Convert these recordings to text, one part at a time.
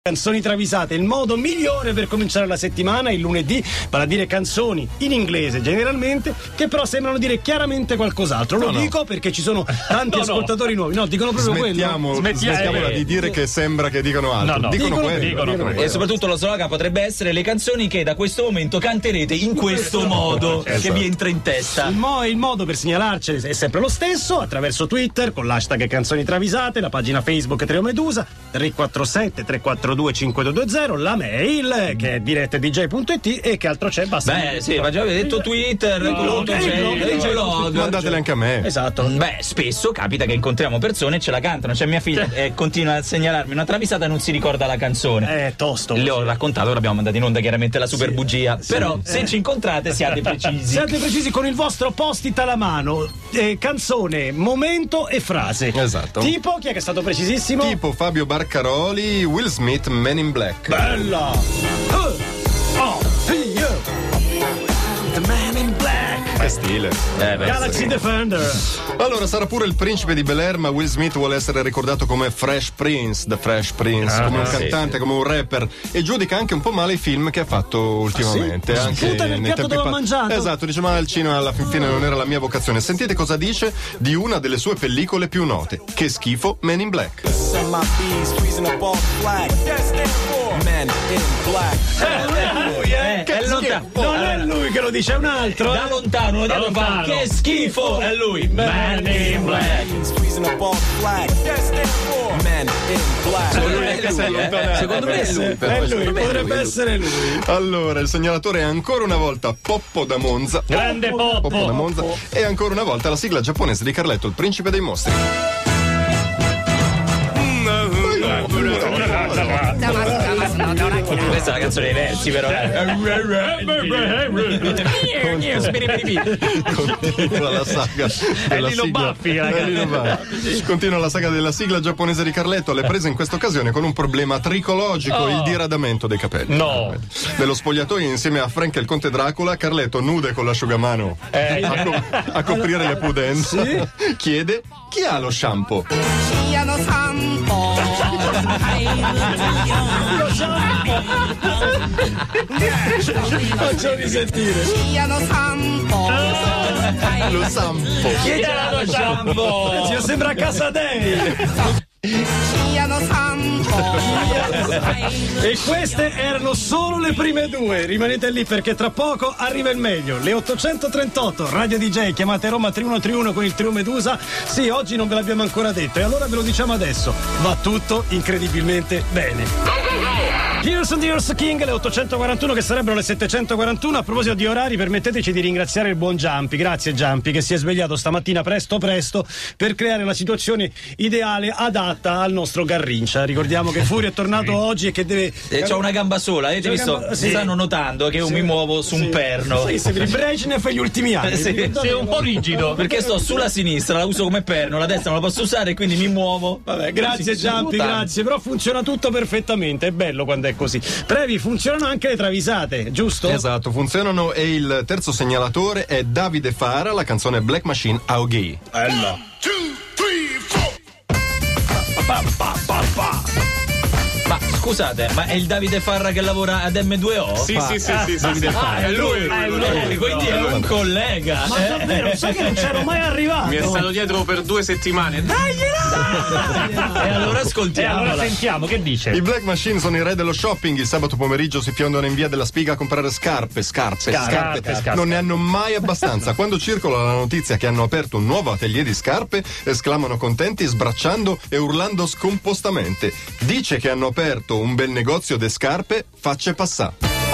Canzoni travisate, il modo migliore per cominciare la settimana, il lunedì, vale a dire canzoni in inglese generalmente, che però sembrano dire chiaramente qualcos'altro. Lo dico perché ci sono tanti ascoltatori nuovi. No, dicono proprio quello. Smettiamola di dire che sembra che dicano altro. Dicono quello. E soprattutto lo slogan potrebbe essere le canzoni che da questo momento canterete in questo modo, che vi entra in testa. Il modo per segnalarci è sempre lo stesso, attraverso Twitter con l'hashtag canzoni travisate, la pagina Facebook Trio Medusa, 347 342 5220, la mail che è direttedj.it. e che altro c'è? Basta. Beh, sì, ma già avete detto Twitter, mandatele anche a me. Esatto. Beh, spesso capita che incontriamo persone e ce la cantano. C'è mia figlia continua a segnalarmi una travisata e non si ricorda la canzone. È tosto. Le ho raccontato, ora abbiamo mandato in onda chiaramente la super bugia. Però se ci incontrate siate precisi. Siate precisi con il vostro post-it alla mano. Canzone, momento e frase. Esatto. Tipo, chi è che è stato precisissimo? Tipo Fabio Barcaroli, Will Smith, Men in Black. Bella! The Man in Black! Che stile. Galaxy Defender. Allora, sarà pure il principe di Bel-Air, ma Will Smith vuole essere ricordato come Fresh Prince, The Fresh Prince, come un cantante, come un rapper, e giudica anche un po' male i film che ha fatto ultimamente. Anche Sputa nel piatto dove ha mangiato. Esatto, dice, ma il cinema alla fine non era la mia vocazione. Sentite cosa dice di una delle sue pellicole più note. Che schifo, Men in Black. Non è lui che lo dice, è un altro. Da lontano, che schifo, è lui. Man in Black. Secondo me è lui. È lui, potrebbe essere lui. Allora, il segnalatore è ancora una volta Poppo da Monza. Grande Poppo da Monza. E ancora una volta la sigla giapponese di Carletto, il principe dei mostri. Questa è la canzone dei versi, però. Continua la saga della sigla. Continua la saga della sigla giapponese di Carletto, alle prese in questa occasione con un problema tricologico, il diradamento dei capelli. No. Nello spogliatoio, insieme a Frank e il conte Dracula, Carletto, nude con l'asciugamano a coprire le pudenze, chiede: chi ha lo shampoo? Faccio risentire. Lo sampo. Chiediamo lo shampoo. Ci sembra a casa dei. E queste erano solo le prime due. Rimanete lì perché tra poco arriva il meglio. Le 838 Radio DJ, chiamate Roma 3131 con il Trio Medusa. Sì, oggi non ve l'abbiamo ancora detto e allora ve lo diciamo adesso. Va tutto incredibilmente bene. Tears and Tears King, le 841 che sarebbero le 741. A proposito di orari, permetteteci di ringraziare il buon Giampi. Grazie Giampi, che si è svegliato stamattina presto per creare la situazione ideale adatta al nostro Garrincia. Ricordiamo che Furio è tornato oggi e che deve... c'ho una gamba sola, avete visto? Si stanno notando che io mi muovo su un perno. Sì, sembri Brezhnev gli ultimi anni. Sei un po' rigido. Perché sto sulla sinistra, la uso come perno, la destra non la posso usare, quindi mi muovo. Vabbè, grazie Giampi, grazie. Però funziona tutto perfettamente, è bello quando è così. Previ, funzionano anche le travisate, giusto? Esatto, funzionano, e il terzo segnalatore è Davide Fara, la canzone Black Machine Aughi. Bella. 2, 3, 4. Ma scusate, ma è il Davide Farra che lavora ad M2O? Sì, Davide Farra. È lui. Quindi è un collega. Ma davvero, sai che non c'ero mai arrivato? Mi è stato dietro per 2 settimane. E allora ascoltiamo. Allora sentiamo, che dice? I Black Machine sono i re dello shopping. Il sabato pomeriggio si fiondano in via della Spiga a comprare scarpe. Non ne hanno mai abbastanza. Quando circola la notizia che hanno aperto un nuovo atelier di scarpe, esclamano contenti, sbracciando e urlando scompostamente. Dice che hanno aperto un bel negozio de scarpe, facce passà.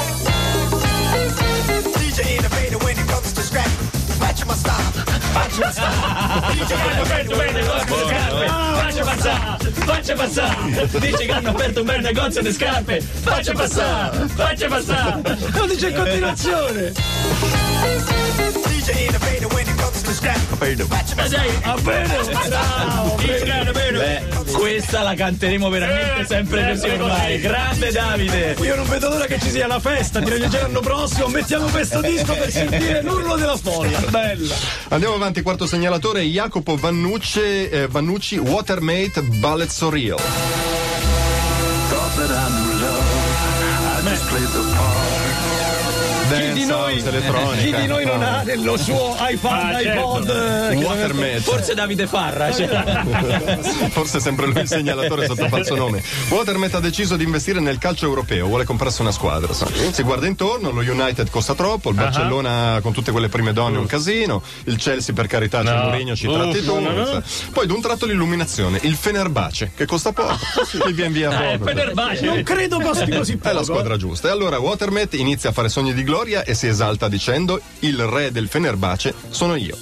Faccia passare. Dice che hanno aperto un bel negozio di scarpe. Faccia passare. Lo dice in continuazione. Beh, questa la canteremo veramente sempre così ormai. Grande Davide. Io non vedo l'ora che ci sia la festa di Radio Gelo l'anno prossimo. Mettiamo questo disco per sentire l'urlo della folla. Bella. Andiamo avanti, quarto segnalatore, Jacopo Vannucci, Watermate Ballet Surreal. Chi di noi non ha nello suo iPod? Watermet. Forse Davide Farra. Forse sempre lui il segnalatore sotto falso nome. Watermet ha deciso di investire nel calcio europeo, vuole comprarsi una squadra. Si guarda intorno, lo United costa troppo, il Barcellona con tutte quelle prime donne è un casino, il Chelsea per carità c'è Mourinho, ci tratti tu. Poi d'un tratto l'illuminazione, il Fenerbahce che costa poco, mi viene via poco. Fenerbahce non credo costi così poco. È la squadra giusta. E allora Watermet inizia a fare sogni di gloria e si esalta dicendo: il re del Fenerbahce sono io.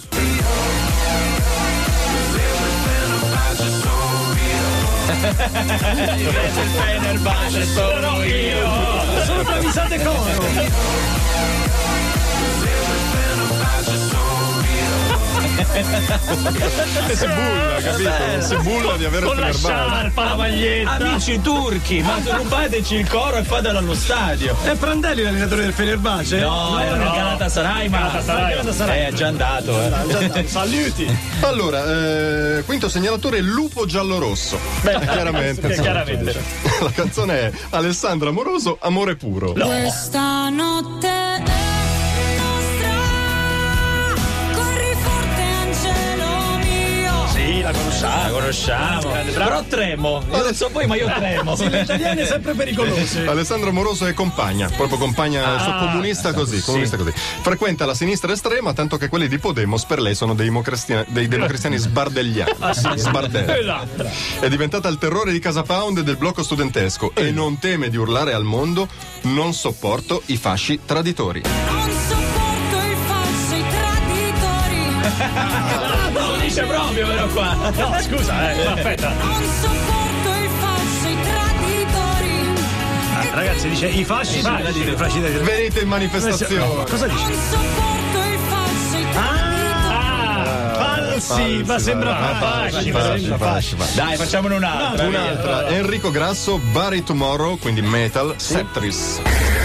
Il re del Fenerbahce sono io. Sono travisate coro. Si bulla, capito? Si bulla di avere il con la Fenerbahce. sciarpa, la maglietta. Amici turchi, ma rubateci il coro e fatelo allo stadio. È Prandelli l'allenatore del Fenerbahce? No, era nel Galatasaray, ma è già andato. Saluti. Allora, quinto segnalatore, lupo giallo-rosso. Chiaramente. Chiaramente. La canzone è Alessandro Amoroso, Amore puro. Questa notte è nostra, corri forte angelo mio. Sì, la conosciamo. Però tremo. Io non so voi, ma io tremo. Sì, le italiane sempre pericolose. Alessandro Amoroso è compagna, proprio compagna comunista così, comunista così. Frequenta la sinistra estrema, tanto che quelli di Podemos per lei sono dei democristiani sbardelliani. Sbardelli. È diventata il terrore di Casa Pound e del blocco studentesco e non teme di urlare al mondo: non sopporto i fasci traditori. Non sopporto i falsi traditori. Lo dice proprio, però qua. No, scusa, aspetta. Non sopporto i falsi traditori. Ragazzi, dice i fasci. Venite in manifestazione. Cosa dice? Non sopporto i falsi traditori. Falsi, ma sembra Fasci. Dai, facciamone un'altra. Un'altra, Enrico Grasso, Bury Tomorrow, quindi metal, Septris.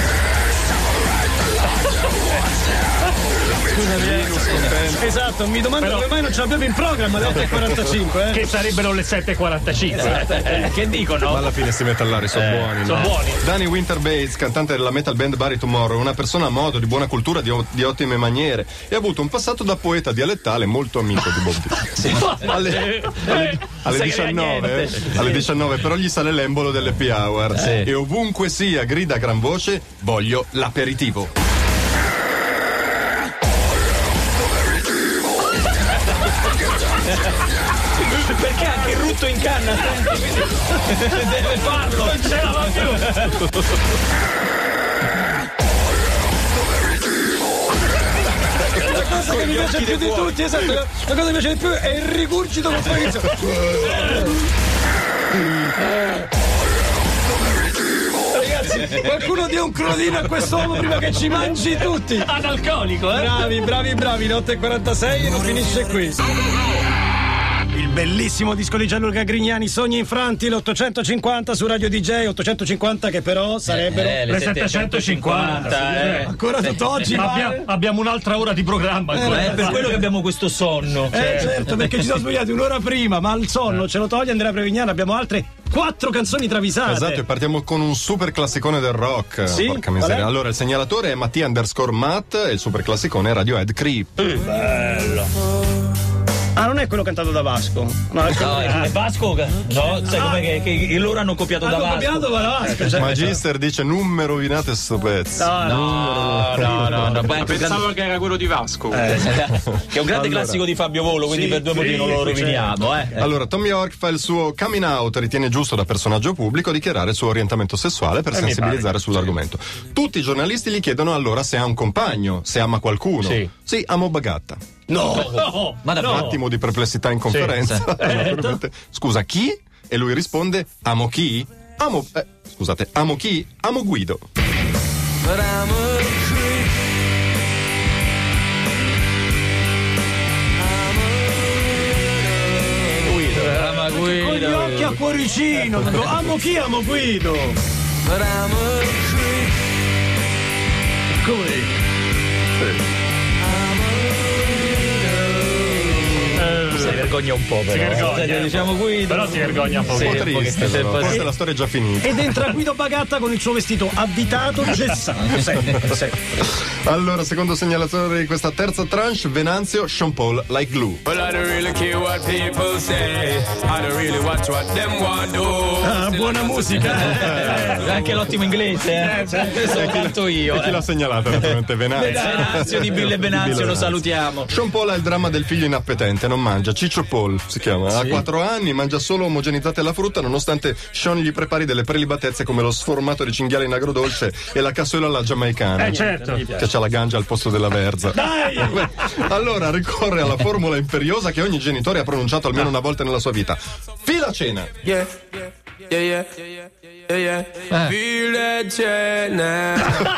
Esatto, mi domando come mai non ce l'abbiamo in programma alle 8:45. Che sarebbero le 7:45. Che dicono? Ma alla fine sti metallari sono buoni. Sono buoni. Danny Winterbates, cantante della metal band Bury Tomorrow, una persona a modo, di buona cultura, di ottime maniere, e ha avuto un passato da poeta dialettale molto amico di Bob Dylan. Alle 19 però gli sale l'embolo dell'happy hour e ovunque sia grida a gran voce: voglio l'aperitivo. Perché anche il rutto in canna deve farlo, non ce la va più. La cosa che mi piace più di tutti, esatto, la cosa che mi piace di più è il rigurgito con inizio. Ragazzi, qualcuno dia un crodino a quest'uomo prima che ci mangi tutti. Analcolico, Bravi, 8:46 e non finisce qui. Il bellissimo disco di Gianluca Grignani, Sogni infranti, l'850 su Radio DJ, 850 che però sarebbero le 750. ancora tutt'oggi. Abbiamo un'altra ora di programma. È per quello che abbiamo questo sonno. Certo, perché ci siamo svegliati un'ora prima, ma il sonno ce lo toglie Andrea Prevignano, abbiamo altre 4 canzoni travisate. Esatto, e partiamo con un super classicone del rock. Sì? Porca miseria. Qual è? Allora, il segnalatore è Mattia_Matt e il super classicone è Radiohead Creep. Bello. Ah, non è quello cantato da Vasco. No, È Vasco? No, sai com'è che loro hanno copiato da hanno Vasco. copiato da Vasco. Cioè, Magister dice: non mi rovinate sto pezzo. No. Pensavo che era quello di Vasco. Che è un grande classico di Fabio Volo, quindi per due motivi non lo roviniamo. Allora, Tom York fa il suo coming out, ritiene giusto da personaggio pubblico dichiarare il suo orientamento sessuale per sensibilizzare sull'argomento. Tutti i giornalisti gli chiedono allora se ha un compagno, se ama qualcuno. Sì, amo Bagatta. no. Ma davvero? Un attimo di perplessità in conferenza. Naturalmente. Scusa, chi? E lui risponde: amo chi? Amo chi? Amo Guido. Con gli occhi a cuoricino. Amo chi? Amo Guido. Come? vergogna un po', però. Si vergogna. Diciamo Guido. Però si vergogna un po'. Sì, Un po' triste, però. po' Forse la storia è già finita. Ed entra Guido Bagatta con il suo vestito avvitato, gessato. Sempre. Allora, secondo segnalatore di questa terza tranche, Venanzio, Sean Paul, Like Glue. Well, I don't really care what people say. I don't really watch what them want do. Ah, buona musica. Anche l'ottimo inglese, questo lo canto io. E chi l'ha segnalato? Naturalmente Venanzio di Bill e Venanzio, lo salutiamo. Sean Paul ha il dramma del figlio inappetente, non mangia. Ciccio Paul si chiama. Ha 4 anni, mangia solo omogenizzate alla frutta, nonostante Sean gli prepari delle prelibatezze come lo sformato di cinghiale in agrodolce e la cassola alla giamaicana. Certo. Che c'ha la gangia al posto della verza. Dai! Allora ricorre alla formula imperiosa che ogni genitore ha pronunciato almeno una volta nella sua vita. Fila cena! Yeah. Feel that shit now.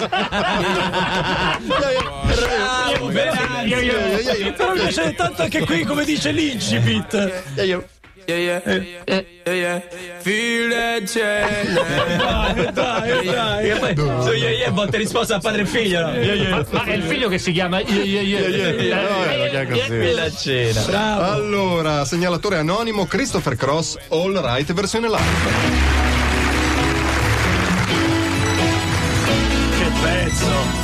Bravo, Venanzio. Però mi piace tanto anche qui, come dice l'incipit. Yeah. Feel that shit now. Dai. E poi su Ye botte risposta a padre e figlio, no? Ma è il figlio che si chiama La cena. Allora, segnalatore anonimo Christopher Cross, All Right, versione live. Che pezzo.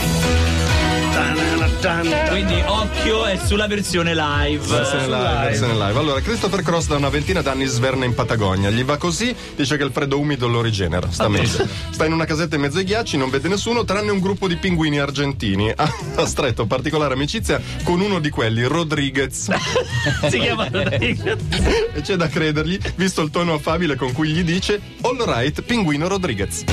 Quindi occhio è sulla versione live. Versione live. Allora, Christopher Cross da una ventina d'anni sverna in Patagonia. Gli va così, dice che il freddo umido lo rigenera. Sta meglio. Sta in una casetta in mezzo ai ghiacci, non vede nessuno, tranne un gruppo di pinguini argentini. Ha stretto particolare amicizia con uno di quelli, Rodriguez. si chiama Rodriguez. E c'è da credergli, visto il tono affabile con cui gli dice All right, pinguino Rodriguez.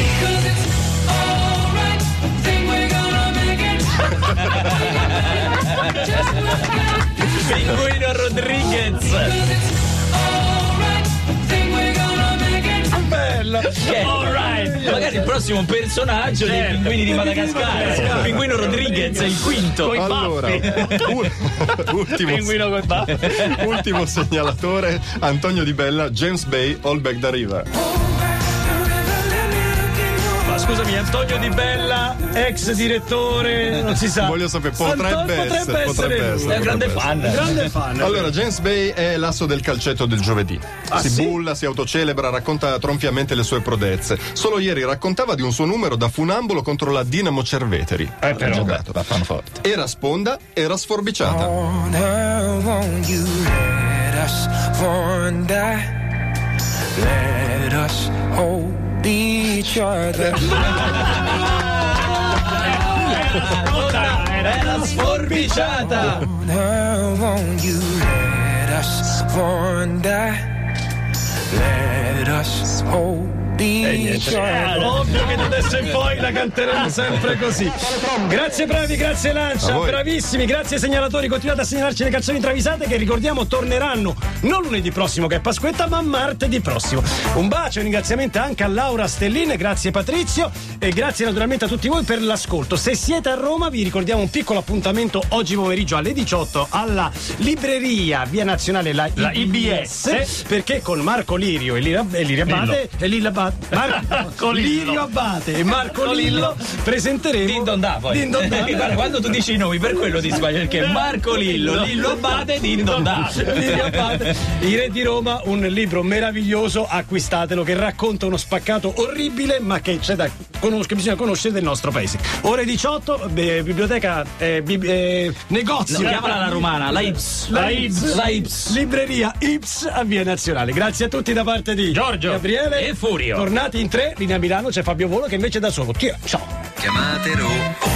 Pinguino Rodriguez. Bello. Alright. Magari il prossimo personaggio dei pinguini di Madagascar. Pinguino Rodriguez è il quinto. Allora, Pinguino coi baffi. ultimo segnalatore, Antonio Di Bella, James Bay, All Back da Riva. Ma scusami, Antonio Di Bella, ex direttore, non si sa. Voglio sapere, potrebbe essere È un grande fan. Grande fan. Allora, James Bay è l'asso del calcetto del giovedì. Si bulla, si autocelebra, racconta tronfiamente le sue prodezze. Solo ieri raccontava di un suo numero da funambolo contro la Dinamo Cerveteri. Però. Giocato. Era sponda, era sforbiciata. Let us hold each other. Era sforbiciata. Won't you let us wonder? Let us hold each other. Ovvio che da adesso in poi la canteremo sempre così. Grazie bravi, grazie Lancia, bravissimi, grazie segnalatori, continuate a segnalarci le canzoni travisate che ricordiamo torneranno non lunedì prossimo che è Pasquetta ma martedì prossimo. Un bacio e un ringraziamento anche a Laura Stellin, grazie Patrizio e grazie naturalmente a tutti voi per l'ascolto. Se siete a Roma vi ricordiamo un piccolo appuntamento oggi pomeriggio alle 18 alla libreria Via Nazionale la IBS perché con Marco Lirio e Lirio Abate Lirio Abate e Marco Lillo presenteremo Din Don Da poi. Din Don Da. Guarda, quando tu dici i nomi per quello ti sbagli perché Marco Lillo, Lillo Abate, Din Don Da. Lirio Abate, I Re di Roma, un libro meraviglioso, acquistatelo, che racconta uno spaccato orribile ma che c'è da che bisogna conoscere del nostro paese. Ore 18, biblioteca negozio. Chiamala la romana, la Ips. Libreria Ips a Via Nazionale. Grazie a tutti da parte di Giorgio Gabriele e Furio. Tornati in 3, linea Milano c'è Fabio Volo che invece è da solo. Ciao. Chiamate Roma.